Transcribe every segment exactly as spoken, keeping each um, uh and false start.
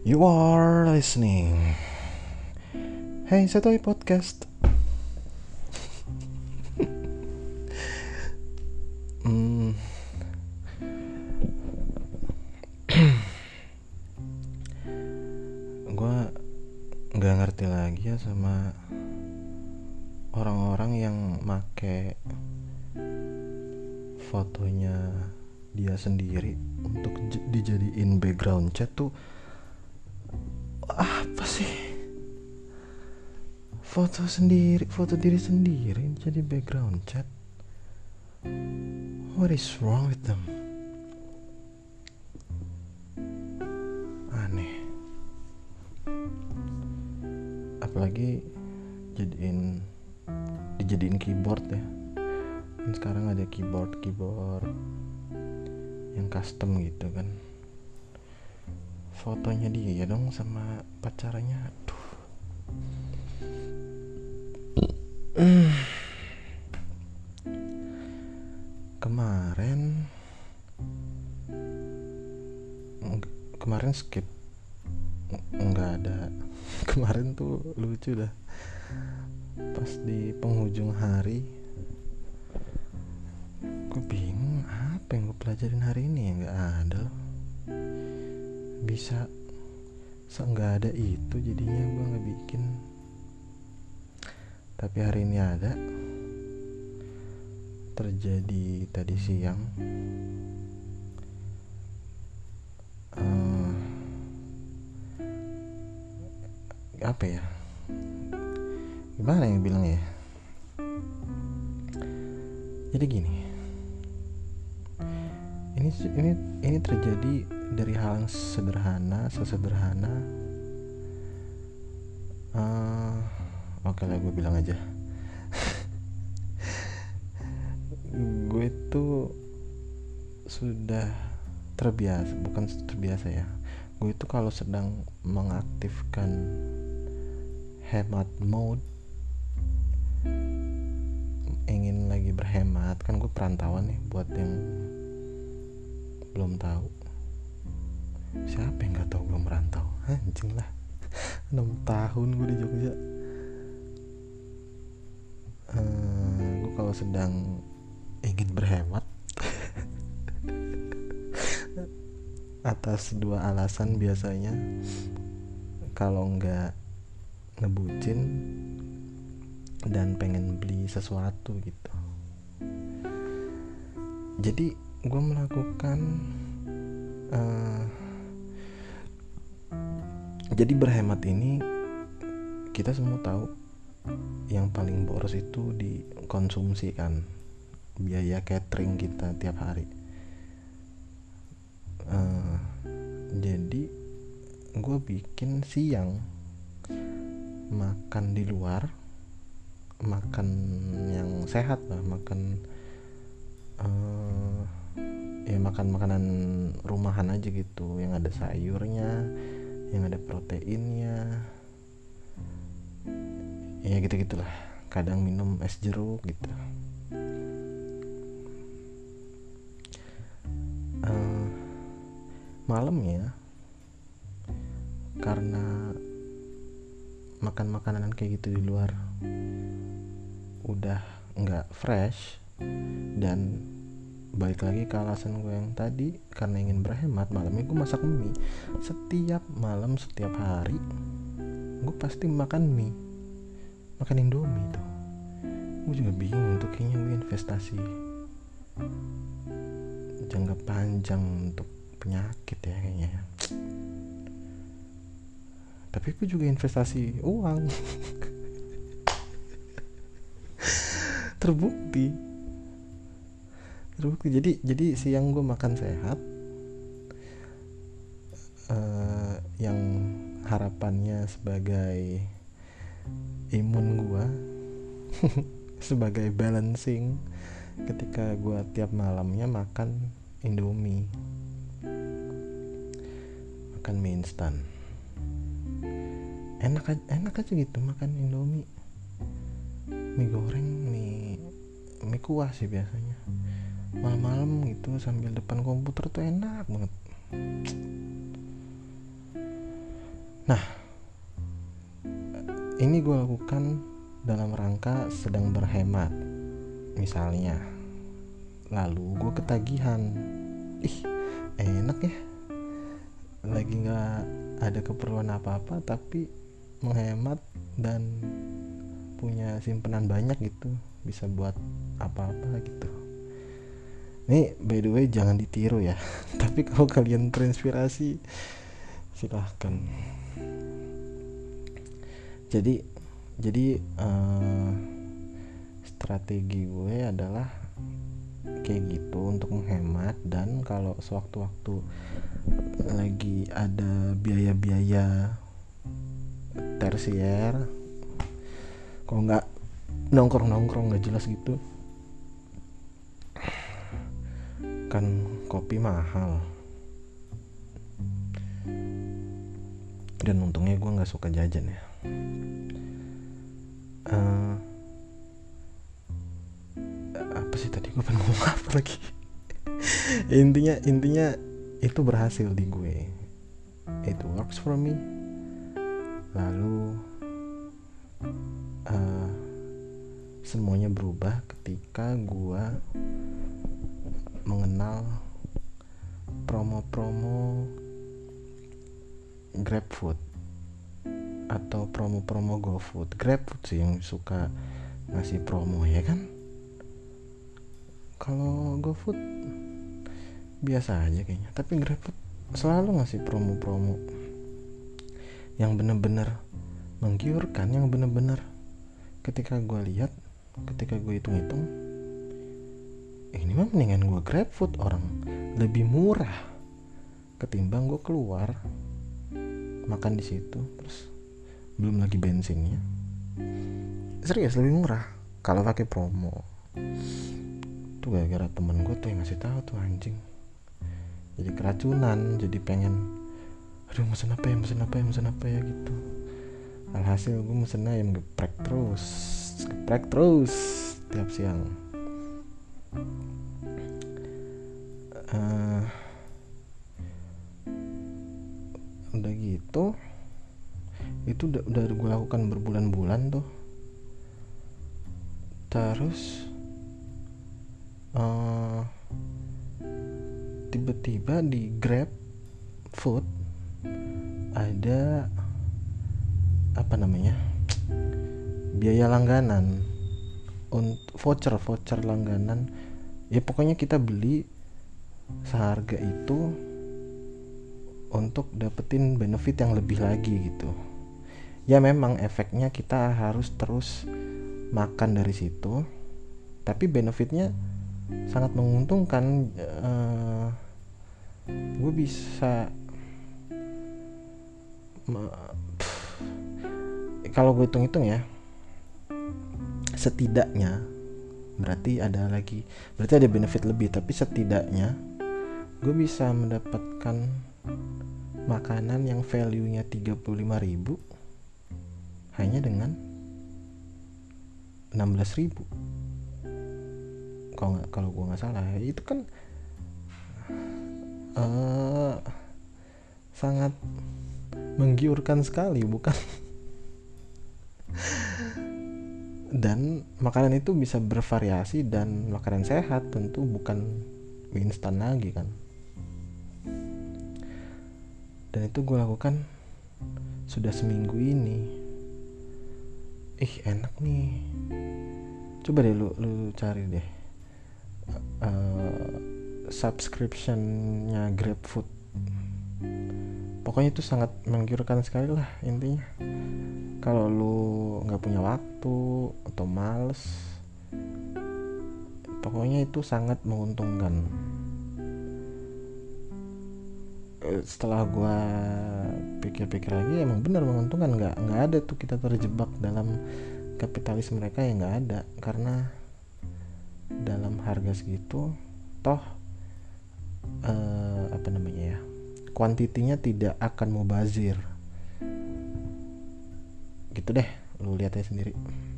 You are listening. Hey, Setoy Podcast. hmm, gue nggak ngerti lagi ya sama orang-orang yang make fotonya dia sendiri untuk j- dijadiin background chat tuh. Apa sih? Foto sendiri, foto diri sendiri jadi background chat. What is wrong with them? Aneh. Apalagi jadiin dijadiin keyboard ya. Dan sekarang ada keyboard keyboard yang custom gitu kan. Fotonya dia dong sama pacarnya. Aduh. Mm. Kemarin kemarin skip nggak ada. Kemarin tuh lucu dah, pas di penghujung hari gue bingung apa yang gue pelajarin hari ini ya, nggak ada loh. Bisa nggak ada itu jadinya gue nggak bikin, tapi hari ini ada. Terjadi tadi siang. uh, apa ya, gimana yang bilang ya, jadi gini, ini ini ini terjadi dari hal yang sederhana, sesederhana uh, oke lah gue bilang aja. Gue tuh sudah terbiasa, bukan terbiasa ya, gue itu kalau sedang mengaktifkan hemat mode, ingin lagi berhemat, kan gue perantauan nih, buat yang belum tahu, siapa yang nggak tahu gue merantau, anjing lah. enam tahun gue di Jogja. uh, gue kalau sedang ingin berhemat atas dua alasan biasanya, kalau nggak ngebucin dan pengen beli sesuatu gitu. Jadi gue melakukan uh, jadi berhemat ini, kita semua tahu yang paling boros itu dikonsumsi kan, biaya catering kita tiap hari. uh, jadi gue bikin siang makan di luar, makan yang sehat lah, makan uh, ya makan makanan rumahan aja gitu, yang ada sayurnya, yang ada proteinnya, ya gitu gitulah. Kadang minum es jeruk gitu. uh, malamnya karena makan makanan kayak gitu di luar udah nggak fresh, dan balik lagi ke alasan gue yang tadi, karena ingin berhemat, malamnya gue masak mie. Setiap malam, setiap hari gue pasti makan mie, makan Indomie tuh. Gue juga bingung tuh, kayaknya gue investasi jangka panjang untuk penyakit ya kayaknya. Tapi gue juga investasi uang. terbukti terbukti jadi jadi siang gue makan sehat, uh, yang harapannya sebagai imun gue sebagai balancing ketika gue tiap malamnya makan Indomie, makan mie instan. Enak aja, enak aja gitu makan Indomie, mie goreng, mie mie kuah sih biasanya. Malam-malam gitu sambil depan komputer tuh enak banget. Nah, ini gue lakukan dalam rangka sedang berhemat misalnya. Lalu gue ketagihan, ih enak ya, lagi gak ada keperluan apa-apa tapi menghemat dan punya simpenan banyak gitu, bisa buat apa-apa gitu. Ini by the way jangan ditiru ya tapi kalau kalian terinspirasi silahkan. Jadi jadi uh, strategi gue adalah kayak gitu untuk menghemat, dan kalau sewaktu-waktu lagi ada biaya-biaya tersier, kalau nggak nongkrong-nongkrong nggak jelas gitu kan, kopi mahal dan untungnya gue nggak suka jajan ya. Uh, apa sih tadi gue pengen ngomong apa lagi? intinya intinya itu berhasil di gue, itu works for me. Lalu uh, semuanya berubah ketika gue mengenal promo-promo GrabFood atau promo-promo GoFood. GrabFood sih yang suka ngasih promo ya kan. Kalau GoFood biasa aja kayaknya, tapi GrabFood selalu ngasih promo-promo yang bener-bener menggiurkan, yang bener-bener ketika gue lihat, ketika gue hitung-hitung, ini mah mendingan gue GrabFood, orang lebih murah ketimbang gue keluar makan di situ, terus belum lagi bensinnya. Serius lebih murah kalau pakai promo. Tuh gara-gara temen gue tuh yang ngasih tahu tuh, anjing. Jadi keracunan, jadi pengen, aduh mesen apa ya, mesen apa ya, mesen apa ya gitu. Alhasil gue mesen ayam geprek terus, geprek terus tiap siang. Uh, udah gitu, itu udah, udah gue lakukan berbulan-bulan tuh. Terus uh, tiba-tiba di GrabFood ada apa namanya, biaya langganan, untuk voucher voucher langganan ya, pokoknya kita beli seharga itu untuk dapetin benefit yang lebih lagi gitu. Ya memang efeknya kita harus terus makan dari situ, tapi benefitnya sangat menguntungkan. uh, gue bisa kalau gue hitung-hitung ya, setidaknya berarti ada lagi, berarti ada benefit lebih, tapi setidaknya gue bisa mendapatkan makanan yang value-nya tiga puluh lima ribu hanya dengan enam belas ribu. Kalau nggak, kalau gue nggak salah, itu kan uh, sangat menggiurkan sekali, bukan? Dan makanan itu bisa bervariasi dan makanan sehat, tentu bukan mie instan lagi kan. Dan itu gue lakukan sudah seminggu ini. Ih enak nih. Coba deh lu lu cari deh uh, subscription-nya GrabFood. Pokoknya itu sangat menggiurkan sekali lah intinya. Kalau lu nggak punya waktu atau males, pokoknya itu sangat menguntungkan. Setelah gue pikir-pikir lagi, emang benar menguntungkan. Nggak nggak ada tuh kita terjebak dalam kapitalis mereka, yang nggak ada, karena dalam harga segitu toh eh, apa namanya ya, kuantitinya tidak akan mubazir gitu deh, lu lihat aja sendiri.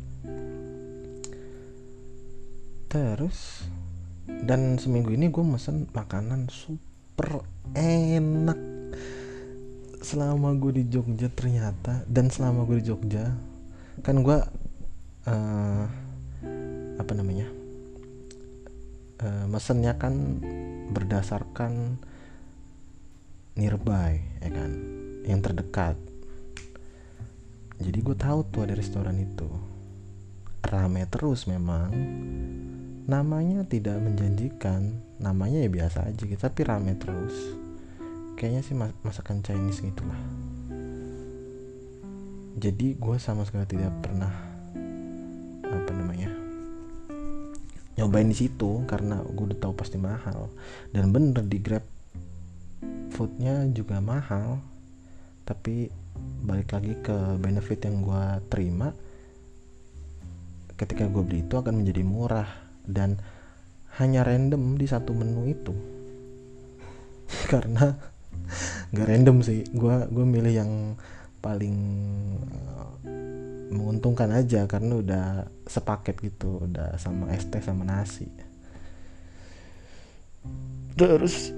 Terus dan seminggu ini gue mesen makanan super enak, selama gue di Jogja ternyata, dan selama gue di Jogja kan gue uh, apa namanya uh, mesennya kan berdasarkan nearby ya kan, yang terdekat. Jadi gue tahu tuh ada restoran itu rame terus, memang namanya tidak menjanjikan, namanya ya biasa aja gitu, tapi rame terus. Kayaknya sih masakan Chinese gitulah. Jadi gue sama sekali tidak pernah apa namanya nyobain di situ karena gue udah tahu pasti mahal. Dan bener di Grab foodnya juga mahal, tapi balik lagi ke benefit yang gue terima ketika gue beli itu akan menjadi murah dan hanya random di satu menu itu. Karena gak random sih, gue gue milih yang paling uh, menguntungkan aja karena udah sepaket gitu, udah sama es teh sama nasi. Terus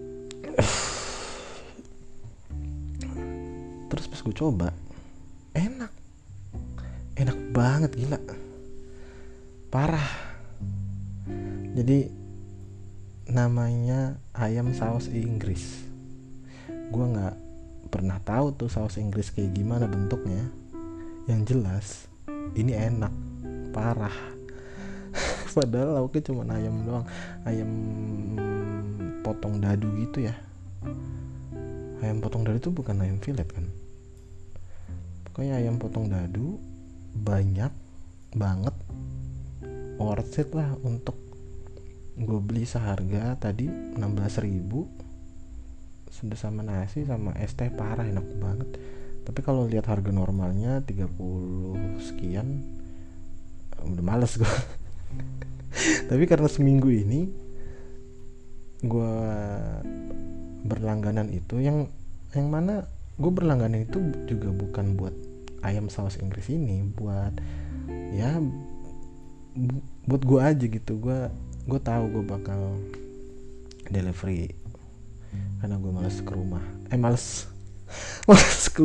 terus pas gue coba, enak enak banget, gila, parah. Jadi namanya ayam saus Inggris. Gue nggak pernah tahu tuh saus Inggris kayak gimana bentuknya. Yang jelas ini enak parah. Padahal lauknya cuma ayam doang, ayam potong dadu gitu ya. Ayam potong dadu itu bukan ayam filet kan, pokoknya ayam potong dadu banyak banget, worth it lah untuk gue beli seharga tadi enam belas ribu, sudah sama nasi sama es teh, parah enak banget. Tapi kalau lihat harga normalnya tiga puluh sekian udah males gue. Tapi karena seminggu ini gue berlangganan itu, yang yang mana gue berlangganan itu juga bukan buat ayam saus Inggris ini, buat ya bu, buat gue aja gitu. Gue gue tahu gue bakal delivery karena gue males ke rumah, eh males males ke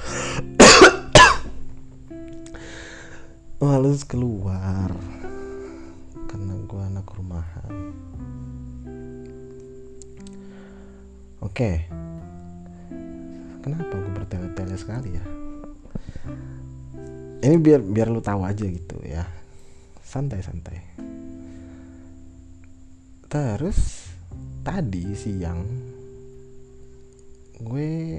males keluar karena gue anak rumahan. Oke, kenapa gue bertele-tele sekali ya? Ini biar biar lu tahu aja gitu ya, santai-santai. Terus tadi siang gue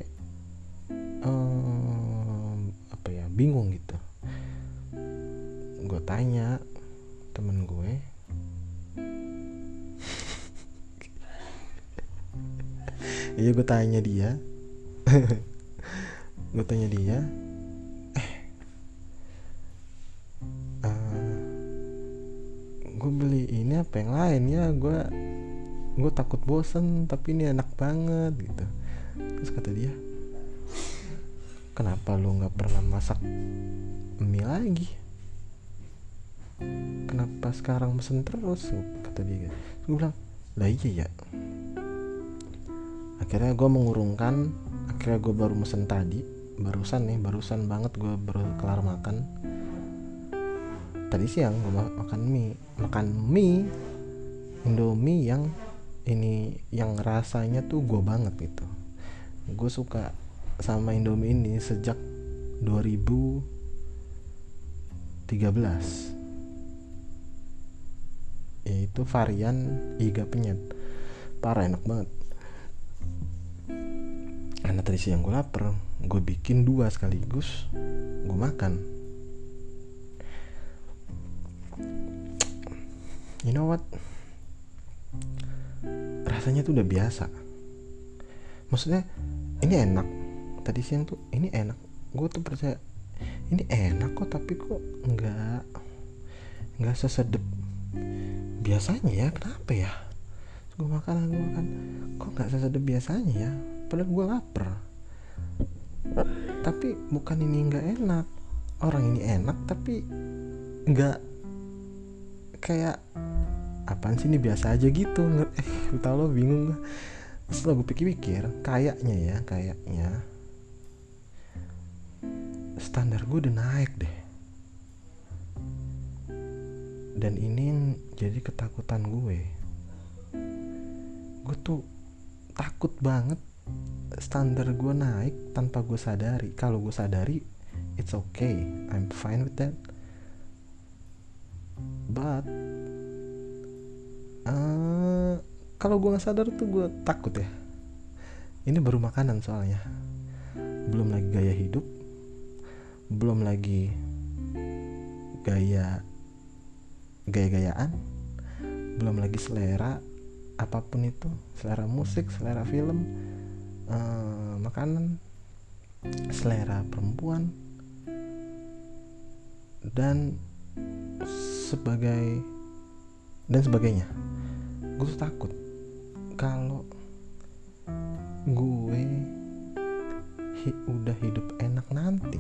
um, apa ya bingung gitu. Gue tanya temen gue, iya gue tanya dia, gue tanya dia, eh, uh, gue beli ini apa yang lain ya? Gue gue takut bosen, tapi ini enak banget gitu. Terus kata dia, kenapa lu nggak pernah masak mie lagi? Kenapa sekarang mesen terus? Kata dia. Terus gue bilang, lah iya ya. Akhirnya gue mengurungkan, akhirnya gue baru mesen tadi, barusan nih, barusan banget gue baru kelar makan. Tadi siang gue makan mie, makan mie Indomie yang ini, yang rasanya tuh gue banget gitu. Gue suka sama Indomie ini sejak dua ribu tiga belas, yaitu varian iga penyet. Parah enak banget. Karena tadi siang gue lapar, gue bikin dua sekaligus, gue makan. You know what? Rasanya tuh udah biasa. Maksudnya ini enak. Tadi siang tuh ini enak. Gue tuh percaya ini enak kok, tapi kok nggak nggak sesedep biasanya ya. Kenapa ya? Gue makan, gue makan, kok nggak sesedep biasanya ya? Padahal gue lapar. Tapi bukan ini nggak enak. Orang ini enak tapi nggak kayak apaan sih, ini biasa aja gitu. Eh, tau lo bingung. Setelah gue pikir-pikir, kayaknya ya, kayaknya standar gue udah naik deh. Dan ini yang jadi ketakutan gue. Gue tuh takut banget standar gue naik tanpa gue sadari. Kalau gue sadari, it's okay, I'm fine with that. But uh, kalau gue nggak sadar tuh gue takut ya. Ini baru makanan soalnya, belum lagi gaya hidup, belum lagi gaya gaya-gayaan, belum lagi selera apapun itu, selera musik, selera film, uh, makanan, selera perempuan, dan sebagai dan sebagainya. Gue tuh takut kalau gue hi, udah hidup enak nanti,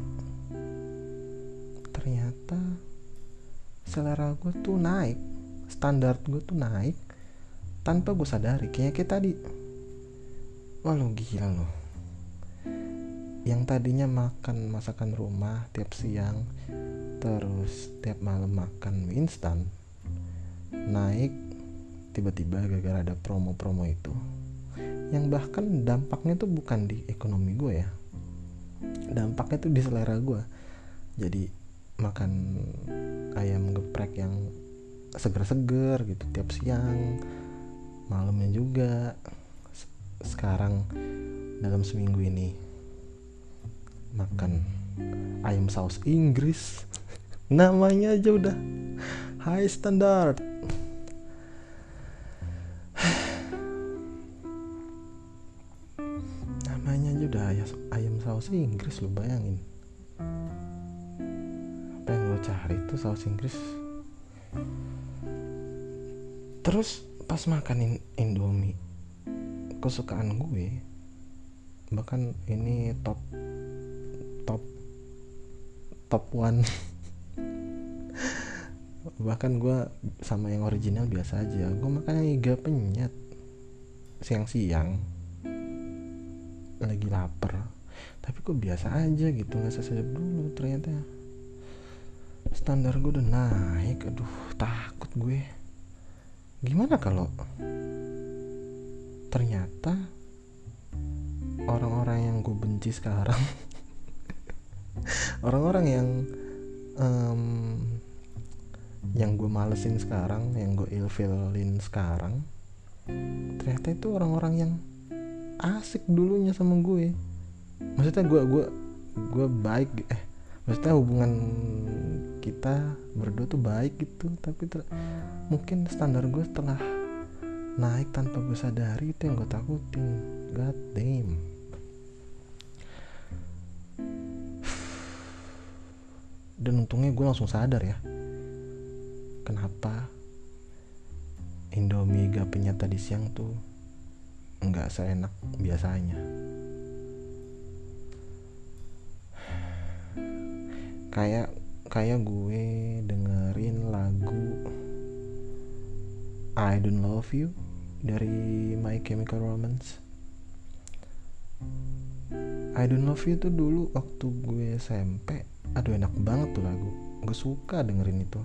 ternyata selera gue tuh naik, standar gue tuh naik tanpa gue sadari. Kayak kayak tadi, wah lo gila lo, yang tadinya makan masakan rumah tiap siang, terus tiap malam makan mie instan, naik tiba-tiba gara-gara ada promo-promo itu, yang bahkan dampaknya tuh bukan di ekonomi gue ya, dampaknya tuh di selera gue. Jadi makan ayam geprek yang seger-seger gitu tiap siang, malamnya juga. Sekarang dalam seminggu ini makan ayam saus Inggris, namanya aja udah high standard. Namanya aja udah ayam saus Inggris, lu bayangin. Apa yang lo cari tuh saus Inggris. Terus pas makanin Indomie kesukaan gue, bahkan ini top top top one bahkan gue sama yang original biasa aja. Gue makannya iga penyet siang-siang lagi lapar, tapi kok biasa aja gitu, nggak sesedap dulu. Ternyata standar gue udah naik. Aduh, takut gue. Gimana kalau ternyata orang-orang yang gue benci sekarang orang-orang yang um, yang gue malesin sekarang, yang gue ilfilin sekarang, ternyata itu orang-orang yang asik dulunya sama gue. Maksudnya gue gue gue baik, eh maksudnya hubungan kita berdua tuh baik gitu, tapi ter- mungkin standar gue setelah naik tanpa gue sadari, itu yang gue takutin. God damn. Dan untungnya gue langsung sadar ya, kenapa Indomie gapinya tadi siang tuh nggak seenak biasanya. Kayak kayak gue dengerin lagu I Don't Love You dari My Chemical Romance. I Don't Love You tuh dulu waktu gue S M P, aduh enak banget tuh lagu, gue suka dengerin itu.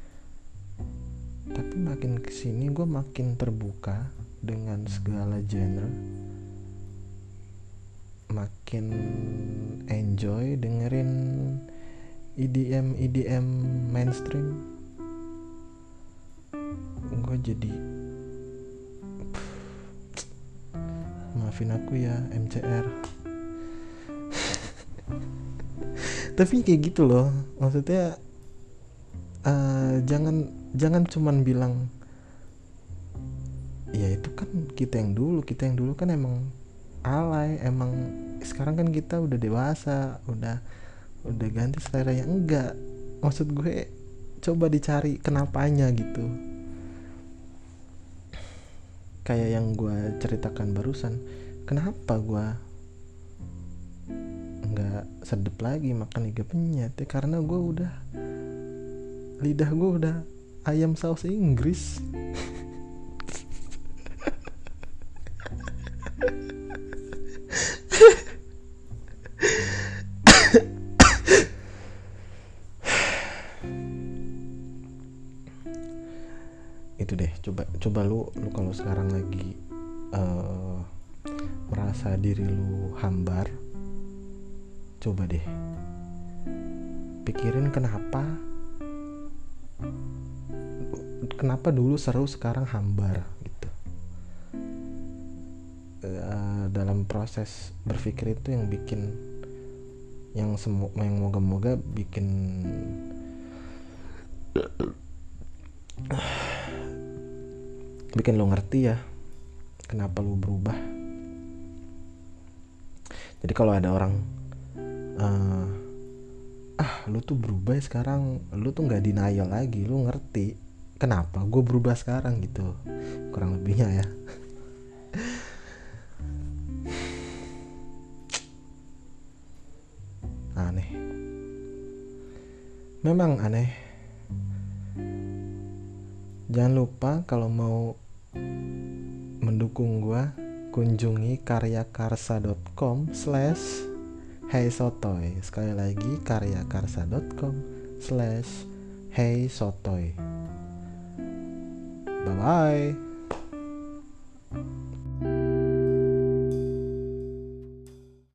Tapi makin kesini gue makin terbuka dengan segala genre, makin enjoy dengerin E D M E D M mainstream. Gue jadi pff, maafin aku ya M C R. Tapi kayak gitu loh, maksudnya uh, jangan jangan cuman bilang ya itu kan kita yang dulu, kita yang dulu kan emang alay, emang sekarang kan kita udah dewasa, udah udah ganti selera. Yang enggak, maksud gue coba dicari kenapanya gitu. Kayak yang gue ceritakan barusan, kenapa gue nggak sedep lagi makan iga penyet ya, karena gue udah, lidah gue udah ayam saus Inggris. lu kalau sekarang lagi uh, merasa diri lu hambar, coba deh pikirin kenapa kenapa dulu seru sekarang hambar gitu. Uh, dalam proses berpikir itu yang bikin yang semu yang moga-moga bikin bikin lo ngerti ya kenapa lo berubah. Jadi kalau ada orang uh, ah lu tuh berubah ya sekarang, lu tuh nggak denial lagi, lu ngerti kenapa gue berubah sekarang gitu, kurang lebihnya ya. Aneh, memang aneh. Jangan lupa kalau mau mendukung gue, kunjungi karyakarsa dot com slash hey sotoy. Sekali lagi karyakarsa dot com slash hey sotoy. Bye bye.